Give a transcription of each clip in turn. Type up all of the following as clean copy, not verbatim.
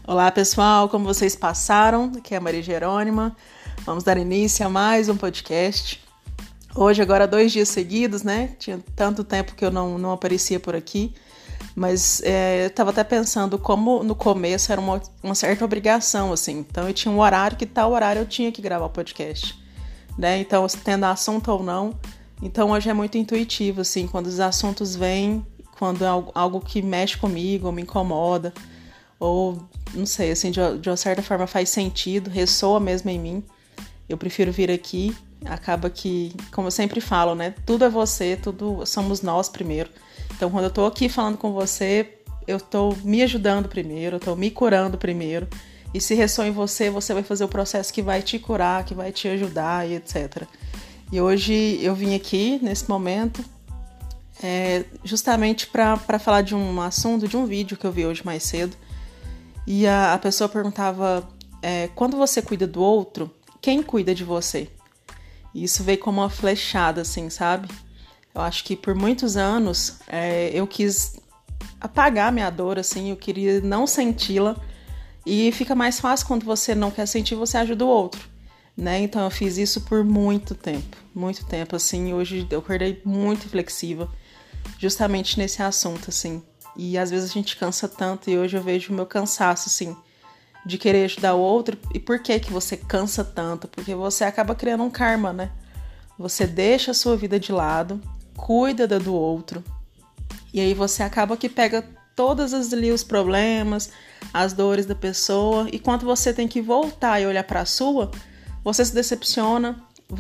Olá pessoal, como vocês passaram? Aqui é a Maria Jerônima. Vamos dar início a mais um podcast. Hoje, agora 2 dias seguidos, né? Tinha tanto tempo que eu não aparecia por aqui. Mas eu estava até pensando como no começo era uma certa obrigação, assim. Então eu tinha um horário, que tal horário eu tinha que gravar o podcast, né? Então, tendo assunto ou não. Então hoje é muito intuitivo, assim, quando os assuntos vêm, quando é algo que mexe comigo ou me incomoda. Ou, não sei, assim, de uma certa forma faz sentido, ressoa mesmo em mim. Eu prefiro vir aqui, acaba que, como eu sempre falo, né? Tudo é você, tudo somos nós primeiro. Então, quando eu tô aqui falando com você, eu tô me ajudando primeiro, eu tô me curando primeiro. E se ressoa em você, você vai fazer o processo que vai te curar, que vai te ajudar e etc. E hoje eu vim aqui, nesse momento, justamente para falar de um assunto, de um vídeo que eu vi hoje mais cedo. E a pessoa perguntava, quando você cuida do outro, quem cuida de você? E isso veio como uma flechada, assim, sabe? Eu acho que por muitos anos eu quis apagar minha dor, assim, eu queria não senti-la. E fica mais fácil quando você não quer sentir, você ajuda o outro, né? Então eu fiz isso por muito tempo, assim. Hoje eu acordei muito reflexiva, justamente nesse assunto, assim. E às vezes a gente cansa tanto, e hoje eu vejo o meu cansaço, assim, de querer ajudar o outro. E por que você cansa tanto? Porque você acaba criando um karma, né? Você deixa a sua vida de lado, cuida da do outro, e aí você acaba que pega todos os problemas, as dores da pessoa, e quando você tem que voltar e olhar para a sua, você se decepciona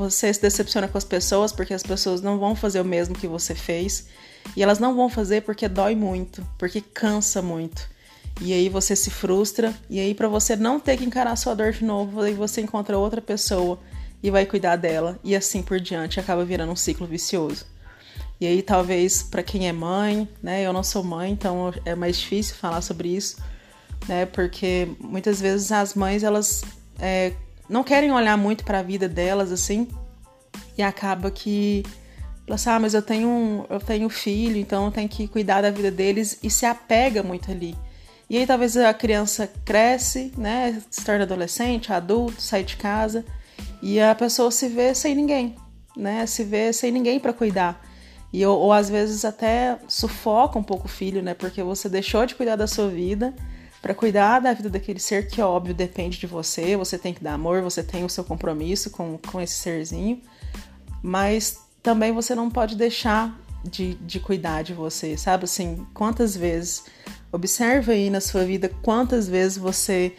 com as pessoas, porque as pessoas não vão fazer o mesmo que você fez, e elas não vão fazer porque dói muito, porque cansa muito. E aí você se frustra, e aí para você não ter que encarar a sua dor de novo, aí você encontra outra pessoa e vai cuidar dela, e assim por diante, acaba virando um ciclo vicioso. E aí talvez para quem é mãe, né, eu não sou mãe, então é mais difícil falar sobre isso, né, porque muitas vezes as mães, elas não querem olhar muito para a vida delas, assim, e acaba que mas eu tenho filho, então eu tenho que cuidar da vida deles, e se apega muito ali. E aí talvez a criança cresce, né, se torna adolescente, adulto, sai de casa, e a pessoa se vê sem ninguém, né, se vê sem ninguém para cuidar. Ou às vezes até sufoca um pouco o filho, né, porque você deixou de cuidar da sua vida para cuidar da vida daquele ser que, óbvio, depende de você. Você tem que dar amor, você tem o seu compromisso com esse serzinho, mas também você não pode deixar de cuidar de você, sabe? Assim, quantas vezes, observa aí na sua vida, quantas vezes você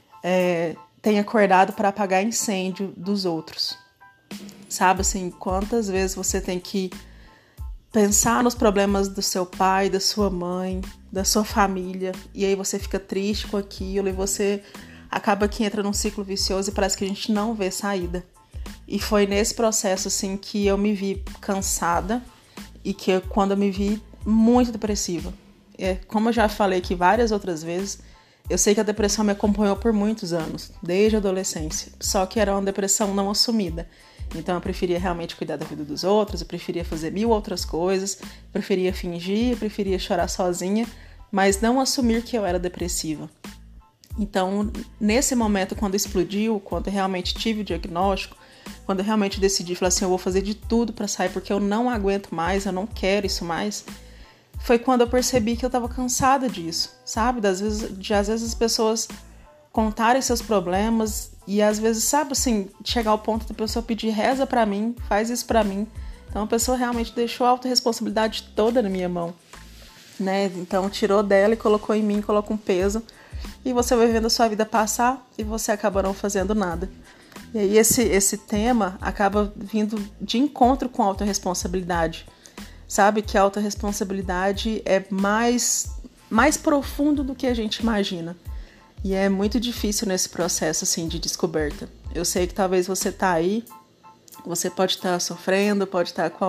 tem acordado para apagar incêndio dos outros, sabe? Assim, quantas vezes você tem que pensar nos problemas do seu pai, da sua mãe, da sua família, e aí você fica triste com aquilo, e você acaba que entra num ciclo vicioso e parece que a gente não vê saída. E foi nesse processo, assim, que eu me vi cansada e que quando eu me vi muito depressiva. Como eu já falei aqui várias outras vezes, eu sei que a depressão me acompanhou por muitos anos, desde a adolescência, só que era uma depressão não assumida. Então eu preferia realmente cuidar da vida dos outros, eu preferia fazer 1000 outras coisas, preferia fingir, preferia chorar sozinha, mas não assumir que eu era depressiva. Então, nesse momento, quando explodiu, quando eu realmente tive o diagnóstico, quando eu realmente decidi, falar assim, eu vou fazer de tudo para sair, porque eu não aguento mais, eu não quero isso mais, foi quando eu percebi que eu estava cansada disso, sabe? Às vezes as pessoas contarem seus problemas e às vezes, sabe, assim, chegar ao ponto da pessoa pedir reza pra mim, faz isso pra mim. Então a pessoa realmente deixou a autorresponsabilidade toda na minha mão, né? Então tirou dela e colocou em mim, colocou um peso, e você vai vendo a sua vida passar e você acaba não fazendo nada. E aí esse tema acaba vindo de encontro com a autorresponsabilidade, sabe? Que a autorresponsabilidade é mais profundo do que a gente imagina. E é muito difícil nesse processo, assim, de descoberta. Eu sei que talvez você tá aí, você pode estar sofrendo, pode estar com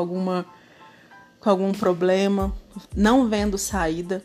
algum problema, não vendo saída,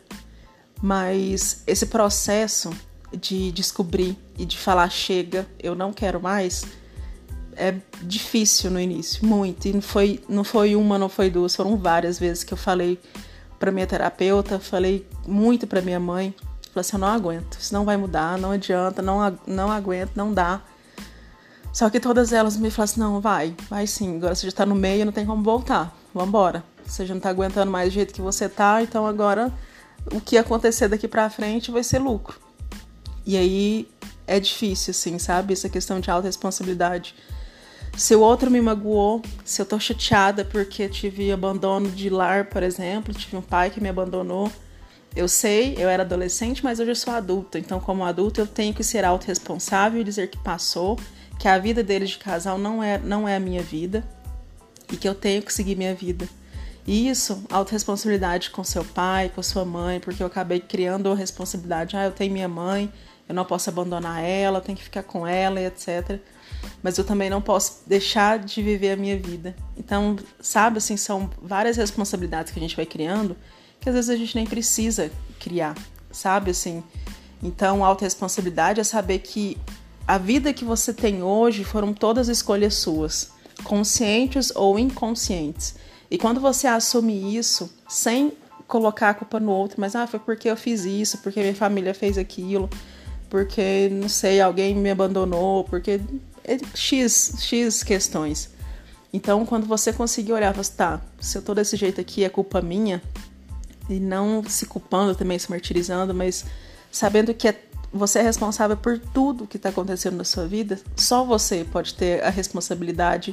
mas esse processo de descobrir e de falar chega, eu não quero mais, é difícil no início, muito. E não foi uma, não foi duas, foram várias vezes que eu falei para minha terapeuta, falei muito para minha mãe, Falei assim, eu não aguento, isso não vai mudar, não adianta, não aguento, não dá. Só que todas elas me falaram assim, não, vai sim, agora você já tá no meio, não tem como voltar, vambora. Você já não tá aguentando mais do jeito que você tá, então agora o que acontecer daqui pra frente vai ser lucro. E aí é difícil, assim, sabe? Essa questão de autorresponsabilidade. Se o outro me magoou, se eu tô chateada porque tive abandono de lar, por exemplo, tive um pai que me abandonou, eu sei, eu era adolescente, mas hoje eu sou adulta. Então, como adulta, eu tenho que ser autorresponsável e dizer que passou, que a vida deles de casal não é a minha vida e que eu tenho que seguir minha vida. E isso, autorresponsabilidade com seu pai, com sua mãe, porque eu acabei criando a responsabilidade. Eu tenho minha mãe, eu não posso abandonar ela, eu tenho que ficar com ela e etc. Mas eu também não posso deixar de viver a minha vida. Então, sabe, assim, são várias responsabilidades que a gente vai criando que às vezes a gente nem precisa criar, sabe, assim. Então, autorresponsabilidade é saber que a vida que você tem hoje foram todas escolhas suas, conscientes ou inconscientes. E quando você assume isso, sem colocar a culpa no outro, mas foi porque eu fiz isso, porque minha família fez aquilo, porque, não sei, alguém me abandonou, porque X questões. Então, quando você conseguir olhar e falar assim, tá, se eu tô desse jeito aqui, é culpa minha, e não se culpando também, se martirizando, mas sabendo que você é responsável por tudo que está acontecendo na sua vida, só você pode ter a responsabilidade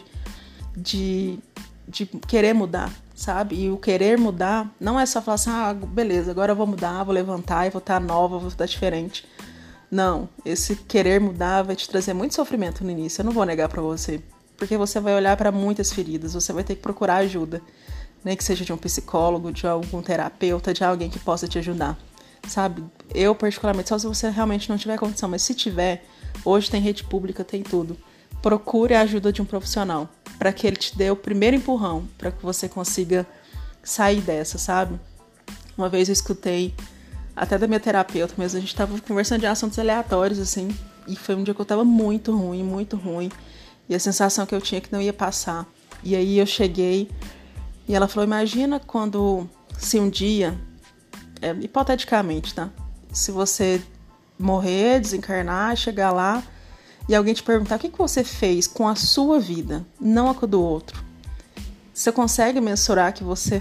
de querer mudar, sabe? E o querer mudar não é só falar assim, beleza, agora eu vou mudar, vou levantar e vou estar nova, vou estar diferente. Não, esse querer mudar vai te trazer muito sofrimento no início, eu não vou negar pra você. Porque você vai olhar pra muitas feridas, você vai ter que procurar ajuda. Nem que seja de um psicólogo, de algum terapeuta, de alguém que possa te ajudar. Sabe? Eu, particularmente, só se você realmente não tiver condição, mas se tiver, hoje tem rede pública, tem tudo. Procure a ajuda de um profissional, para que ele te dê o primeiro empurrão, para que você consiga sair dessa, sabe? Uma vez eu escutei, até da minha terapeuta mesmo, a gente tava conversando de assuntos aleatórios, assim, e foi um dia que eu tava muito ruim, e a sensação que eu tinha que não ia passar. E aí eu cheguei, e ela falou, imagina se um dia, hipoteticamente, tá? Se você morrer, desencarnar, chegar lá, e alguém te perguntar o que você fez com a sua vida, não a com a do outro. Você consegue mensurar que você,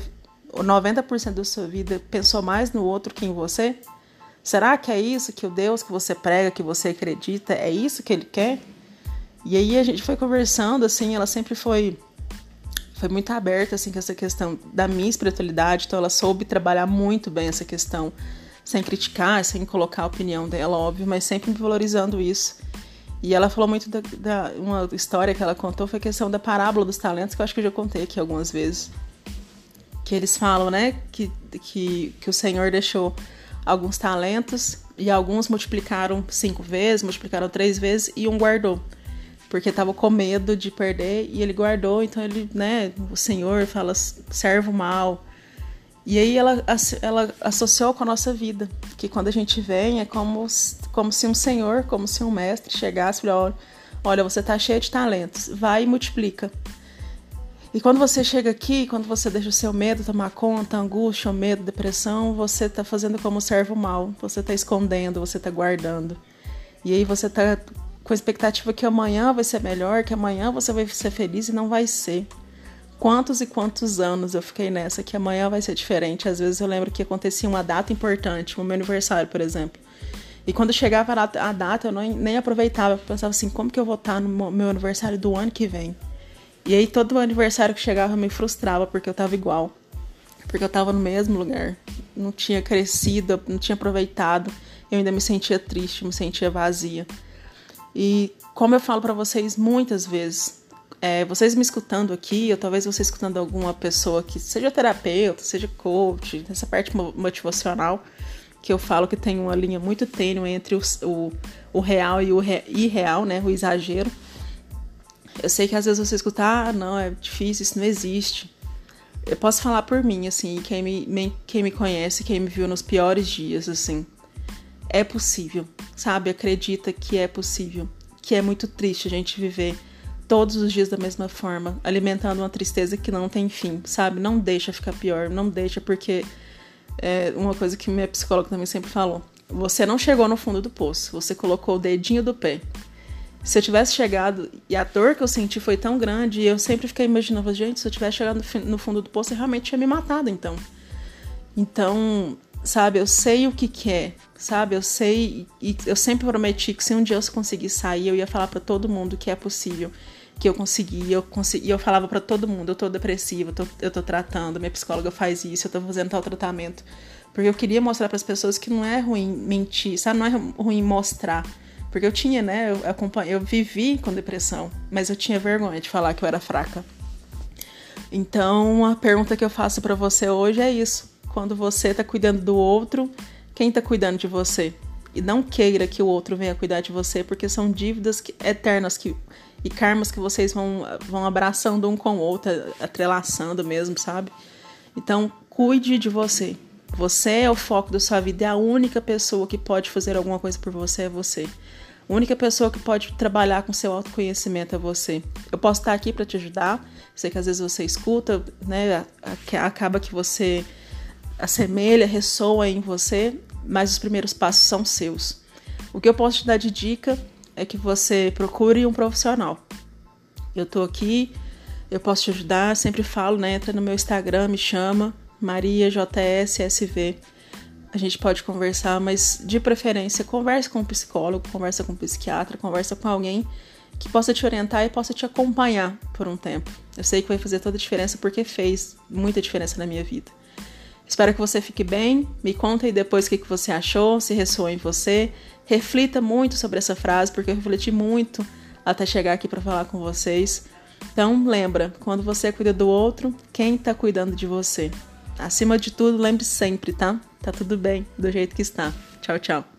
90% da sua vida, pensou mais no outro que em você? Será que é isso que o Deus que você prega, que você acredita, é isso que ele quer? E aí a gente foi conversando, assim, ela sempre foi muito aberta, assim, com essa questão da minha espiritualidade, então ela soube trabalhar muito bem essa questão, sem criticar, sem colocar a opinião dela, óbvio, mas sempre valorizando isso. E ela falou muito uma história que ela contou, foi a questão da parábola dos talentos, que eu acho que eu já contei aqui algumas vezes. Que eles falam, né, que o Senhor deixou alguns talentos e alguns multiplicaram 5 vezes, multiplicaram 3 vezes e um guardou. Porque estava com medo de perder e ele guardou, então ele, né, o Senhor fala, servo mal. E aí ela associou com a nossa vida, que quando a gente vem é como se um senhor, como se um mestre chegasse e falasse, olha, você tá cheio de talentos, vai e multiplica. E quando você chega aqui, quando você deixa o seu medo tomar conta, angústia, medo, depressão, você tá fazendo como servo mal, você tá escondendo, você tá guardando. E aí você tá com a expectativa que amanhã vai ser melhor, que amanhã você vai ser feliz e não vai ser. Quantos e quantos anos eu fiquei nessa, que amanhã vai ser diferente. Às vezes eu lembro que acontecia uma data importante, o meu aniversário, por exemplo. E quando chegava a data, eu nem aproveitava. Eu pensava assim, como que eu vou estar no meu aniversário do ano que vem? E aí todo aniversário que chegava me frustrava, porque eu tava igual. Porque eu tava no mesmo lugar. Não tinha crescido, não tinha aproveitado. Eu ainda me sentia triste, me sentia vazia. E como eu falo pra vocês muitas vezes, vocês me escutando aqui, ou talvez você escutando alguma pessoa que seja terapeuta, seja coach, nessa parte motivacional, que eu falo que tem uma linha muito tênue entre o real e o irreal, né, o exagero. Eu sei que às vezes você escuta, não, é difícil, isso não existe. Eu posso falar por mim, assim, quem me conhece, quem me viu nos piores dias, assim, é possível, sabe? Acredita que é possível, que é muito triste a gente viver todos os dias da mesma forma, alimentando uma tristeza que não tem fim, sabe? Não deixa ficar pior, não deixa, porque é uma coisa que minha psicóloga também sempre falou. você não chegou no fundo do poço, você colocou o dedinho do pé. Se eu tivesse chegado, e a dor que eu senti foi tão grande, e eu sempre fiquei imaginando, gente, se eu tivesse chegado no fundo do poço, eu realmente tinha me matado, então. Então, sabe, eu sei o que é, sabe, eu sei, e eu sempre prometi que se um dia eu conseguir sair, eu ia falar pra todo mundo que é possível, que eu consegui, e eu falava pra todo mundo, eu tô depressiva, eu tô tratando, minha psicóloga faz isso, eu tô fazendo tal tratamento, porque eu queria mostrar pras pessoas que não é ruim mentir, sabe, não é ruim mostrar. Porque eu tinha, né, eu vivi com depressão, mas eu tinha vergonha de falar que eu era fraca. Então, a pergunta que eu faço pra você hoje é isso. Quando você tá cuidando do outro, quem tá cuidando de você? E não queira que o outro venha cuidar de você, porque são dívidas eternas e karmas que vocês vão abraçando um com o outro, atrelaçando mesmo, sabe? Então, cuide de você. Você é o foco da sua vida, é a única pessoa que pode fazer alguma coisa por você, é você. A única pessoa que pode trabalhar com seu autoconhecimento é você. Eu posso estar aqui para te ajudar, sei que às vezes você escuta, né, acaba que você assemelha, ressoa em você, mas os primeiros passos são seus. O que eu posso te dar de dica é que você procure um profissional. Eu tô aqui, eu posso te ajudar, sempre falo, né, entra no meu Instagram, me chama, MariaJSSV. A gente pode conversar, mas de preferência, converse com um psicólogo, conversa com um psiquiatra, conversa com alguém que possa te orientar e possa te acompanhar por um tempo. Eu sei que vai fazer toda a diferença porque fez muita diferença na minha vida. Espero que você fique bem, me conta aí depois o que você achou, se ressoou em você. Reflita muito sobre essa frase, porque eu refleti muito até chegar aqui para falar com vocês. Então, lembra, quando você cuida do outro, quem está cuidando de você? Acima de tudo, lembre sempre, tá? Tá tudo bem, do jeito que está. Tchau, tchau.